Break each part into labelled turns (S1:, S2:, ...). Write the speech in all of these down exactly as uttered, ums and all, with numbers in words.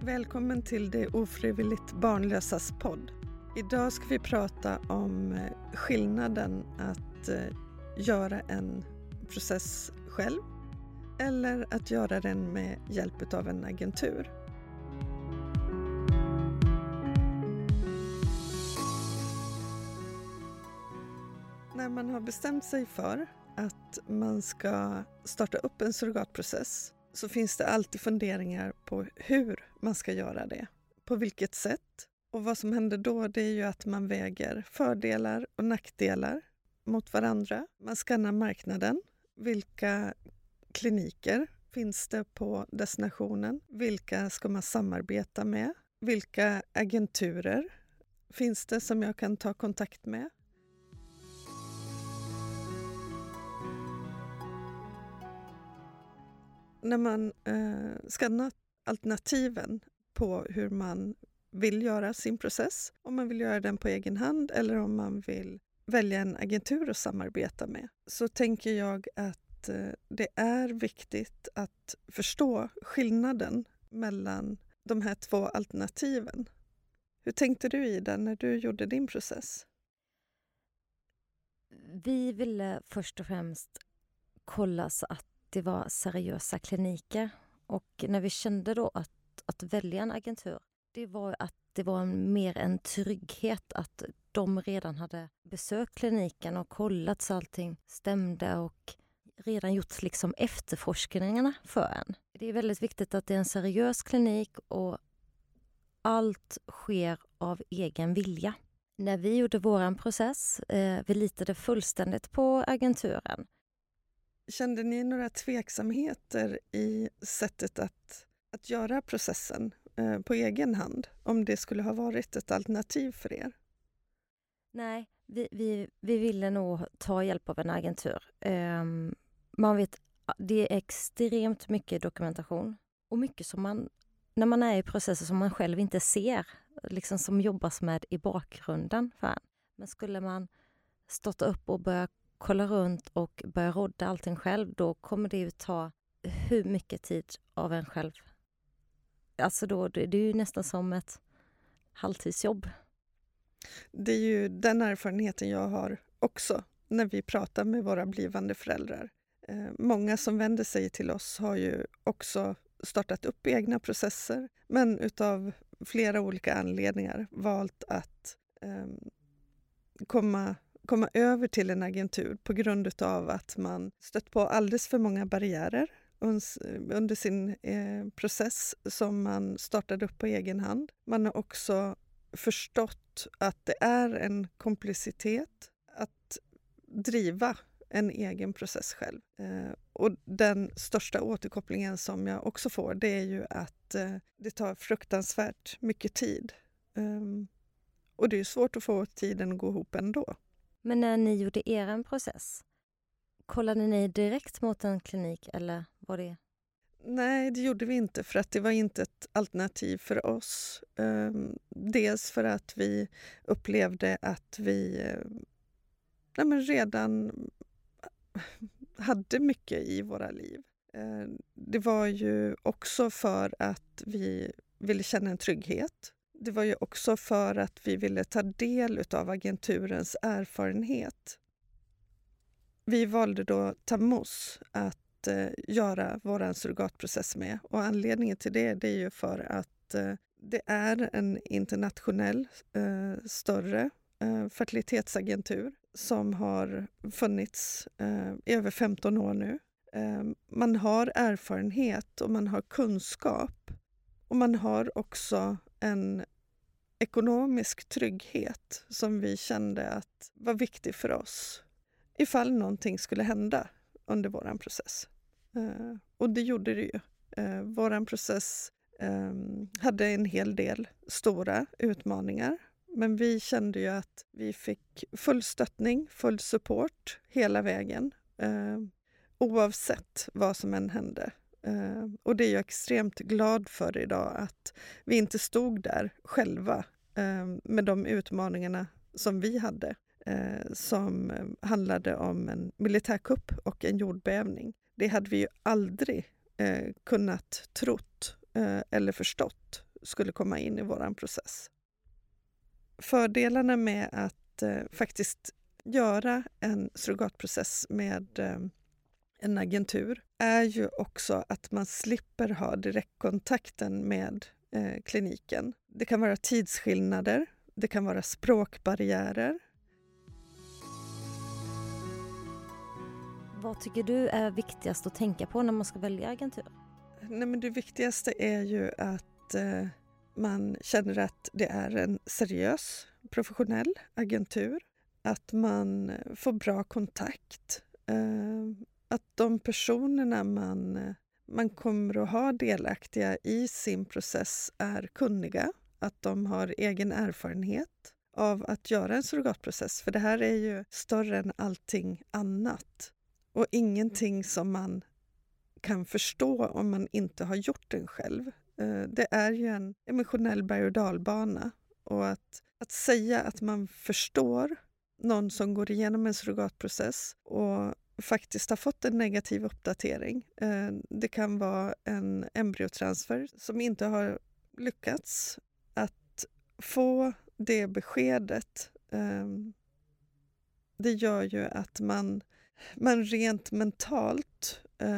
S1: Välkommen till Det ofrivilligt barnlösas podd. Idag ska vi prata om skillnaden att göra en process själv eller att göra den med hjälp av en agentur. När man har bestämt sig för att man ska starta upp en surrogatprocess så finns det alltid funderingar på hur man ska göra det. På vilket sätt. Och vad som händer då, det är ju att man väger fördelar och nackdelar mot varandra. Man skannar marknaden. Vilka kliniker finns det på destinationen? Vilka ska man samarbeta med? Vilka agenturer finns det som jag kan ta kontakt med? När man eh, skannar alternativen på hur man vill göra sin process, om man vill göra den på egen hand eller om man vill välja en agentur att samarbeta med, så tänker jag att eh, det är viktigt att förstå skillnaden mellan de här två alternativen. Hur tänkte du, Ida, när du gjorde din process?
S2: Vi ville först och främst kolla så att det var seriösa kliniker, och när vi kände då att, att välja en agentur, det var att det var en, mer en trygghet att de redan hade besökt kliniken och kollat så allting stämde och redan gjort liksom efterforskningarna för en. Det är väldigt viktigt att det är en seriös klinik och allt sker av egen vilja. När vi gjorde våran process, eh, vi litade fullständigt på agenturen.
S1: Kände ni några tveksamheter i sättet att, att göra processen eh, på egen hand? Om det skulle ha varit ett alternativ för er?
S2: Nej, vi, vi, vi ville nog ta hjälp av en agentur. Um, man vet, det är extremt mycket dokumentation. Och mycket som man, när man är i processer som man själv inte ser. Liksom som jobbas med i bakgrunden för en. Men skulle man starta upp och börja kolla runt och börja rodda allting själv, då kommer det ju ta hur mycket tid av en själv. Alltså då, det är ju nästan som ett halvtidsjobb.
S1: Det är ju den erfarenheten jag har också när vi pratar med våra blivande föräldrar. Eh, många som vänder sig till oss har ju också startat upp egna processer, men utav flera olika anledningar valt att eh, komma komma över till en agentur på grund av att man stött på alldeles för många barriärer under sin eh, process som man startade upp på egen hand. Man har också förstått att det är en komplicitet att driva en egen process själv. Eh, och den största återkopplingen som jag också får, det är ju att eh, det tar fruktansvärt mycket tid. Um, och det är svårt att få tiden att gå ihop ändå.
S2: Men när ni gjorde er process, kollade ni direkt mot en klinik eller var det?
S1: Nej, det gjorde vi inte, för att det var inte ett alternativ för oss. Um, dels för att vi upplevde att vi uh, nej men redan hade mycket i våra liv. Uh, det var ju också för att vi ville känna en trygghet. Det var ju också för att vi ville ta del av agenturens erfarenhet. Vi valde då Tamos att eh, göra vår surrogatprocess med. Och anledningen till det, det är ju för att eh, det är en internationell eh, större eh, fertilitetsagentur som har funnits eh, i över femton år nu. Eh, man har erfarenhet och man har kunskap. Och man har också en ekonomisk trygghet som vi kände att var viktig för oss ifall någonting skulle hända under våran process. Uh, och det gjorde det ju. Uh, våran process um, hade en hel del stora utmaningar, men vi kände ju att vi fick full stöttning, full support hela vägen, uh, oavsett vad som än hände. Uh, och det är jag extremt glad för idag, att vi inte stod där själva uh, med de utmaningarna som vi hade, uh, som uh, handlade om en militärkupp och en jordbävning. Det hade vi ju aldrig uh, kunnat trott uh, eller förstått skulle komma in i våran process. Fördelarna med att eh, faktiskt göra en surrogatprocess med eh, en agentur är ju också att man slipper ha direktkontakten med eh, kliniken. Det kan vara tidsskillnader, det kan vara språkbarriärer.
S2: Vad tycker du är viktigast att tänka på när man ska välja agentur?
S1: Nej, men det viktigaste är ju att eh, man känner att det är en seriös, professionell agentur. Att man får bra kontakt. Eh, att de personerna man, man kommer att ha delaktiga i sin process är kunniga. Att de har egen erfarenhet av att göra en surrogatprocess. För det här är ju större än allting annat. Och ingenting som man kan förstå om man inte har gjort den själv. Det är ju en emotionell berg- och dalbana. Och att, att säga att man förstår någon som går igenom en surrogatprocess och faktiskt har fått en negativ uppdatering. Det kan vara en embryotransfer som inte har lyckats. Att få det beskedet, det gör ju att man, man rent mentalt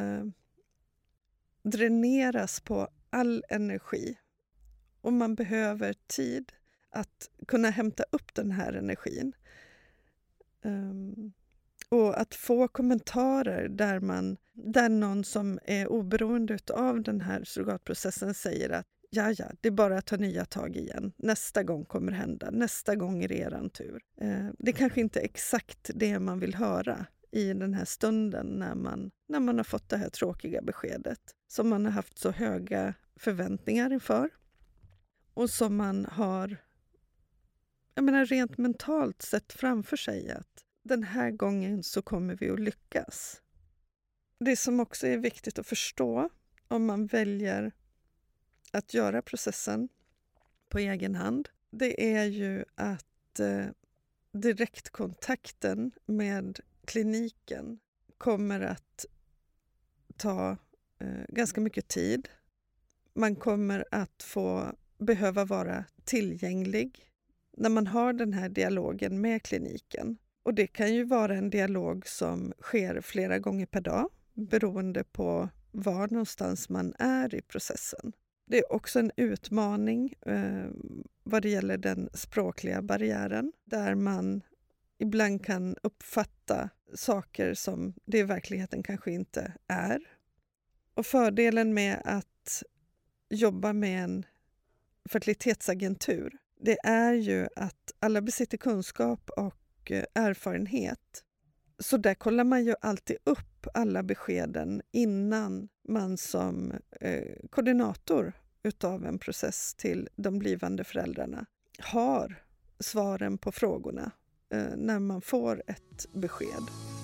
S1: dräneras på all energi. Och man behöver tid att kunna hämta upp den här energin. Um, och att få kommentarer där, man, där någon som är oberoende av den här surrogatprocessen säger att ja, ja, det är bara att ta nya tag igen. Nästa gång kommer det hända. Nästa gång är det eran tur. Uh, det är kanske inte exakt det man vill höra i den här stunden när man, när man har fått det här tråkiga beskedet som man har haft så höga förväntningar inför och som man har, jag menar, rent mentalt sett framför sig att den här gången så kommer vi att lyckas. Det som också är viktigt att förstå om man väljer att göra processen på egen hand, det är ju att eh, direktkontakten med kliniken kommer att ta eh, ganska mycket tid. Man kommer att få behöva vara tillgänglig när man har den här dialogen med kliniken. Och det kan ju vara en dialog som sker flera gånger per dag beroende på var någonstans man är i processen. Det är också en utmaning eh, vad det gäller den språkliga barriären där man ibland kan uppfatta saker som det i verkligheten kanske inte är. Och fördelen med att jobba med en fertilitetsagentur, det är ju att alla besitter kunskap och erfarenhet. Så där kollar man ju alltid upp alla beskeden innan man som eh, koordinator utav en process till de blivande föräldrarna har svaren på frågorna eh, när man får ett besked.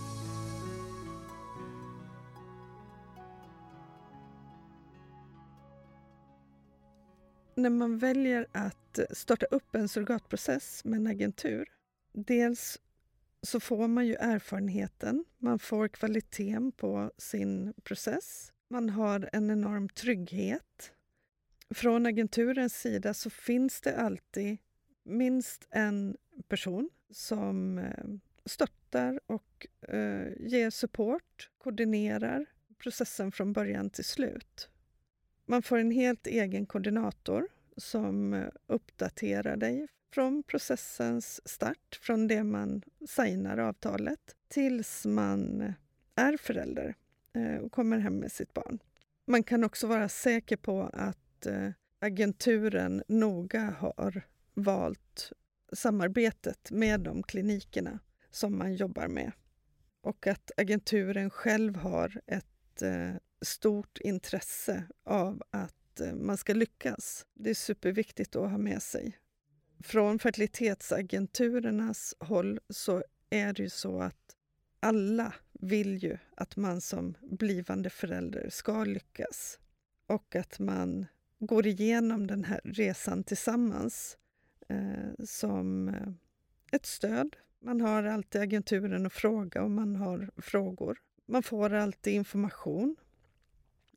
S1: När man väljer att starta upp en surrogatprocess med en agentur, dels så får man ju erfarenheten, man får kvaliteten på sin process, man har en enorm trygghet. Från agenturens sida så finns det alltid minst en person som stöttar och eh, ger support, koordinerar processen från början till slut. Man får en helt egen koordinator som uppdaterar dig från processens start, från det man signar avtalet tills man är förälder och kommer hem med sitt barn. Man kan också vara säker på att agenturen noga har valt samarbetet med de klinikerna som man jobbar med. Och att agenturen själv har ett stort intresse av att man ska lyckas. Det är superviktigt att ha med sig. Från fertilitetsagenturernas håll så är det ju så att alla vill ju att man som blivande förälder ska lyckas. Och att man går igenom den här resan tillsammans eh, som ett stöd. Man har alltid agenturen att fråga om man har frågor. Man får alltid information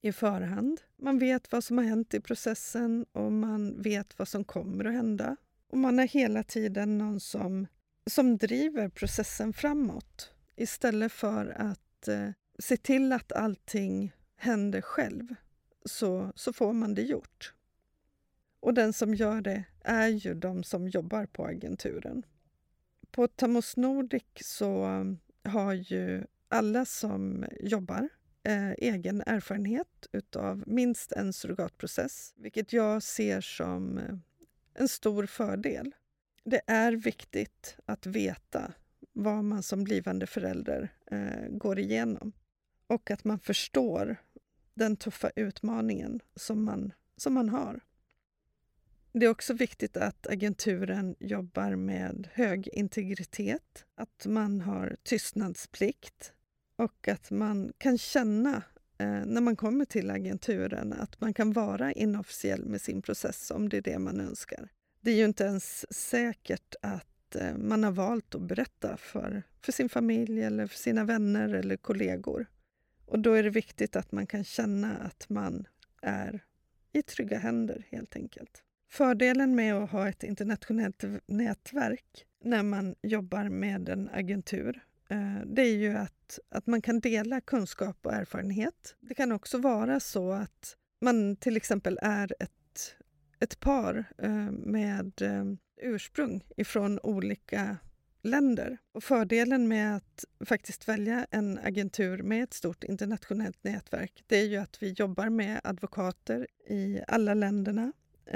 S1: i förhand. Man vet vad som har hänt i processen och man vet vad som kommer att hända. Och man är hela tiden någon som, som driver processen framåt istället för att eh, se till att allting händer själv, så, så får man det gjort. Och den som gör det är ju de som jobbar på agenturen. På Thamos Nordic så har ju alla som jobbar eh, egen erfarenhet utav minst en surrogatprocess, vilket jag ser som eh, en stor fördel. Det är viktigt att veta vad man som blivande förälder eh, går igenom och att man förstår den tuffa utmaningen som man, som man har. Det är också viktigt att agenturen jobbar med hög integritet, att man har tystnadsplikt och att man kan känna eh, när man kommer till agenturen att man kan vara inofficiell med sin process om det är det man önskar. Det är ju inte ens säkert att eh, man har valt att berätta för, för sin familj eller för sina vänner eller kollegor. Och då är det viktigt att man kan känna att man är i trygga händer helt enkelt. Fördelen med att ha ett internationellt nätverk när man jobbar med en agentur, det är ju att, att man kan dela kunskap och erfarenhet. Det kan också vara så att man till exempel är ett, ett par med ursprung ifrån olika länder. Och fördelen med att faktiskt välja en agentur med ett stort internationellt nätverk, det är ju att vi jobbar med advokater i alla länderna.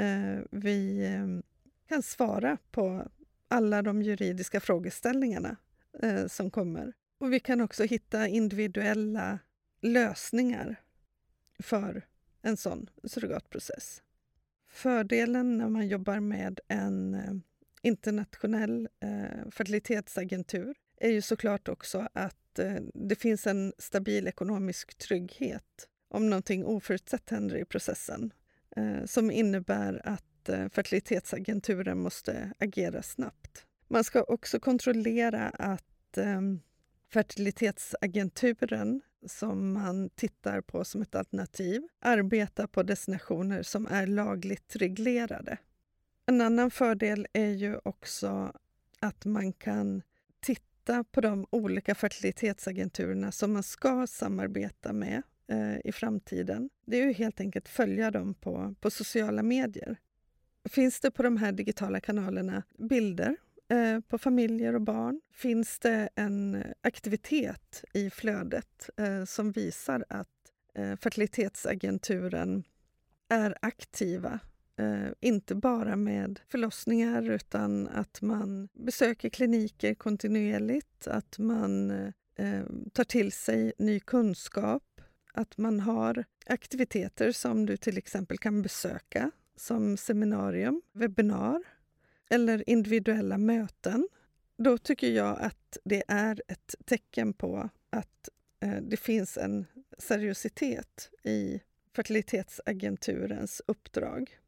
S1: Vi kan svara på alla de juridiska frågeställningarna som kommer. Och vi kan också hitta individuella lösningar för en sån surrogatprocess. Fördelen när man jobbar med en internationell fertilitetsagentur är ju såklart också att det finns en stabil ekonomisk trygghet om någonting oförutsett händer i processen. Som innebär att fertilitetsagenturen måste agera snabbt. Man ska också kontrollera att fertilitetsagenturen som man tittar på som ett alternativ arbetar på destinationer som är lagligt reglerade. En annan fördel är ju också att man kan titta på de olika fertilitetsagenturerna som man ska samarbeta med i framtiden. Det är ju helt enkelt följa dem på, på sociala medier. Finns det på de här digitala kanalerna bilder eh, på familjer och barn? Finns det en aktivitet i flödet eh, som visar att eh, fertilitetsagenturen är aktiva? Eh, inte bara med förlossningar utan att man besöker kliniker kontinuerligt, att man eh, tar till sig ny kunskap. Att man har aktiviteter som du till exempel kan besöka som seminarium, webbinar eller individuella möten. Då tycker jag att det är ett tecken på att eh, det finns en seriositet i fertilitetsagenturens uppdrag.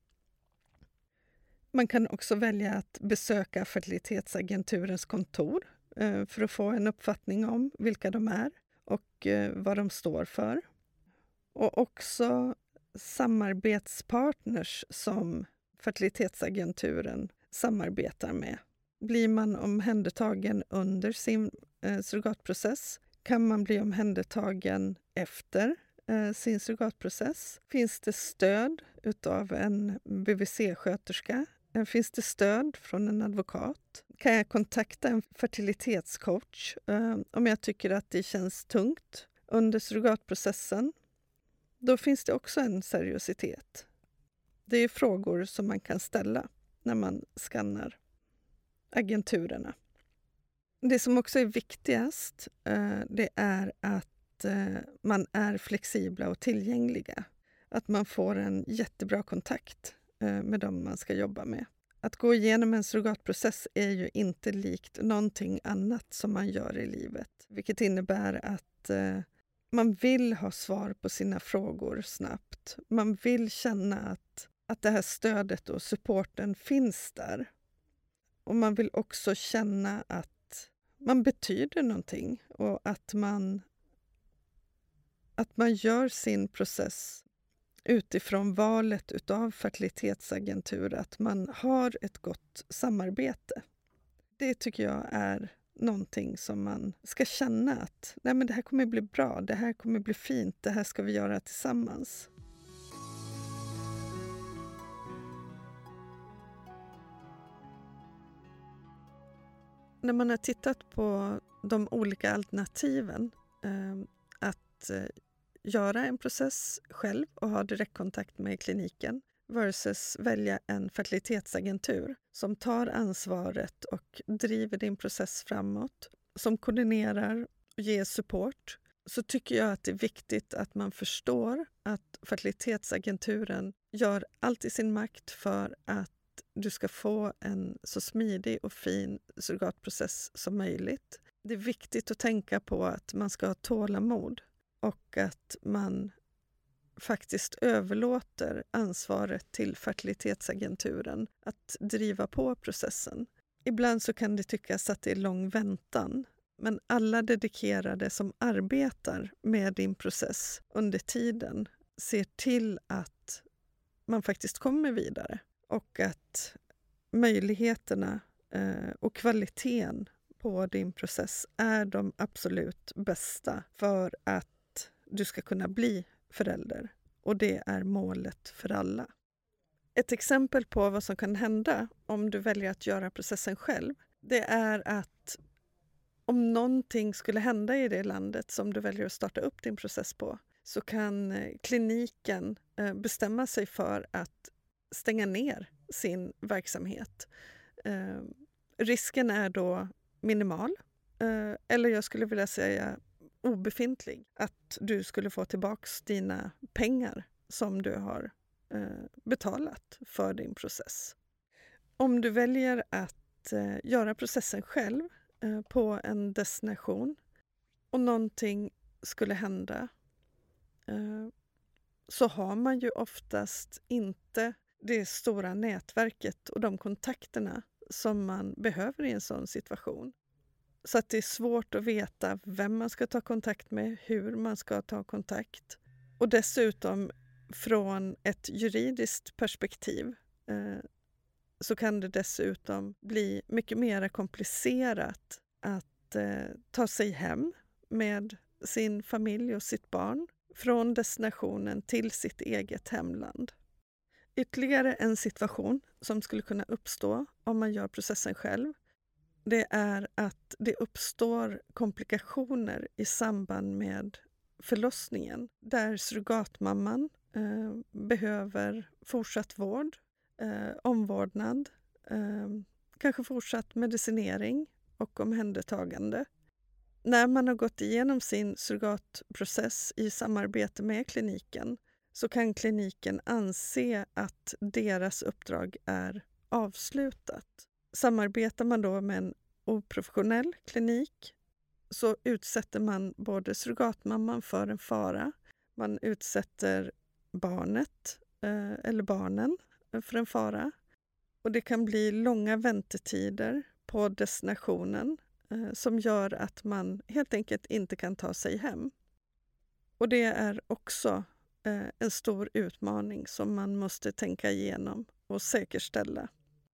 S1: Man kan också välja att besöka fertilitetsagenturens kontor eh, för att få en uppfattning om vilka de är och vad de står för. Och också samarbetspartners som fertilitetsagenturen samarbetar med. Blir man omhändertagen under sin eh, surrogatprocess? Kan man bli omhändertagen efter eh, sin surrogatprocess? Finns det stöd utav en B V C-sköterska? Finns det stöd från en advokat? Kan jag kontakta en fertilitetscoach eh, om jag tycker att det känns tungt under surrogatprocessen? Då finns det också en seriositet. Det är frågor som man kan ställa när man skannar agenturerna. Det som också är viktigast eh, det är att eh, man är flexibla och tillgängliga. Att man får en jättebra kontakt med dem man ska jobba med. Att gå igenom en surrogatprocess är ju inte likt någonting annat som man gör i livet. Vilket innebär att eh, man vill ha svar på sina frågor snabbt. Man vill känna att, att det här stödet och supporten finns där. Och man vill också känna att man betyder någonting och att man att man gör sin process utifrån valet utav fertilitetsagentur, att man har ett gott samarbete. Det tycker jag är någonting som man ska känna att nej men det här kommer bli bra, det här kommer bli fint, det här ska vi göra tillsammans. När man har tittat på de olika alternativen eh, att eh, göra en process själv och ha direktkontakt med kliniken versus välja en fertilitetsagentur som tar ansvaret och driver din process framåt, som koordinerar och ger support, så tycker jag att det är viktigt att man förstår att fertilitetsagenturen gör allt i sin makt för att du ska få en så smidig och fin surrogatprocess som möjligt. Det är viktigt att tänka på att man ska ha tålamod och att man faktiskt överlåter ansvaret till fertilitetsagenturen att driva på processen. Ibland så kan det tyckas att det är lång väntan, men alla dedikerade som arbetar med din process under tiden ser till att man faktiskt kommer vidare och att möjligheterna eh, och kvaliteten på din process är de absolut bästa för att du ska kunna bli förälder, och det är målet för alla. Ett exempel på vad som kan hända om du väljer att göra processen själv, det är att om någonting skulle hända i det landet som du väljer att starta upp din process på, så kan kliniken bestämma sig för att stänga ner sin verksamhet. Eh, risken är då minimal, eh, eller jag skulle vilja säga obefintlig, att du skulle få tillbaks dina pengar som du har eh, betalat för din process. Om du väljer att eh, göra processen själv eh, på en destination och någonting skulle hända, eh, så har man ju oftast inte det stora nätverket och de kontakterna som man behöver i en sån situation. Så att det är svårt att veta vem man ska ta kontakt med, hur man ska ta kontakt. Och dessutom från ett juridiskt perspektiv eh, så kan det dessutom bli mycket mer komplicerat att eh, ta sig hem med sin familj och sitt barn från destinationen till sitt eget hemland. Ytterligare en situation som skulle kunna uppstå om man gör processen själv, det är att det uppstår komplikationer i samband med förlossningen där surrogatmamman eh, behöver fortsatt vård, eh, omvårdnad, eh, kanske fortsatt medicinering och omhändertagande. När man har gått igenom sin surrogatprocess i samarbete med kliniken, så kan kliniken anse att deras uppdrag är avslutat. Samarbetar man då med en oprofessionell klinik, så utsätter man både surrogatmamman för en fara, man utsätter barnet eh, eller barnen för en fara, och det kan bli långa väntetider på destinationen eh, som gör att man helt enkelt inte kan ta sig hem. Och det är också eh, en stor utmaning som man måste tänka igenom och säkerställa.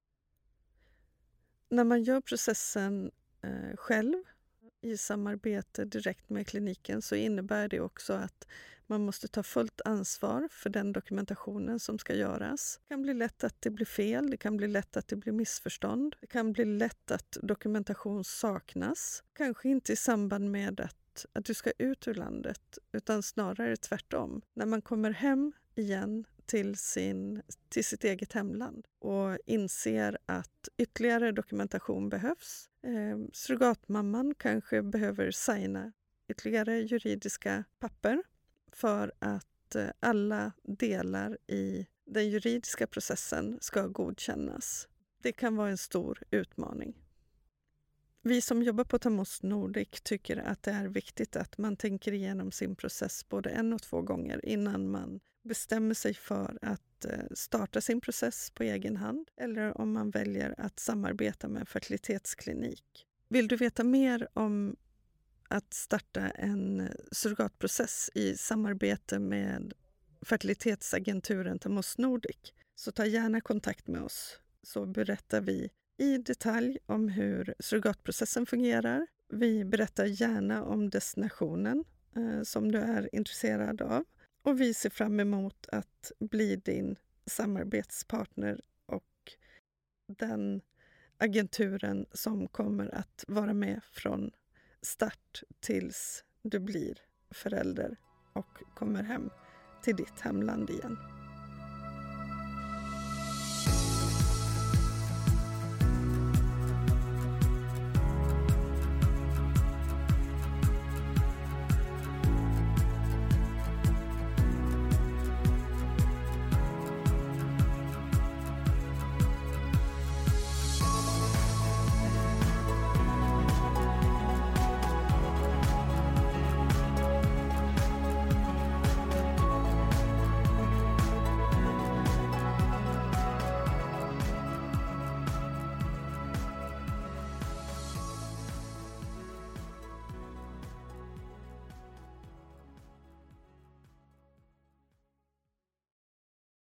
S1: När man gör processen eh, själv i samarbete direkt med kliniken, så innebär det också att man måste ta fullt ansvar för den dokumentationen som ska göras. Det kan bli lätt att det blir fel, det kan bli lätt att det blir missförstånd. Det kan bli lätt att dokumentation saknas. Kanske inte i samband med att, att du ska ut ur landet, utan snarare tvärtom. När man kommer hem igen till, sin, till sitt eget hemland och inser att ytterligare dokumentation behövs. Eh, surrogatmamman kanske behöver signa ytterligare juridiska papper för att eh, alla delar i den juridiska processen ska godkännas. Det kan vara en stor utmaning. Vi som jobbar på Tamos Nordic tycker att det är viktigt att man tänker igenom sin process både en och två gånger innan man bestämmer sig för att starta sin process på egen hand, eller om man väljer att samarbeta med en fertilitetsklinik. Vill du veta mer om att starta en surrogatprocess i samarbete med fertilitetsagenturen Tamos Nordic, så ta gärna kontakt med oss, så berättar vi i detalj om hur surrogatprocessen fungerar. Vi berättar gärna om destinationen eh, som du är intresserad av, och vi ser fram emot att bli din samarbetspartner och den agenturen som kommer att vara med från start tills du blir förälder och kommer hem till ditt hemland igen.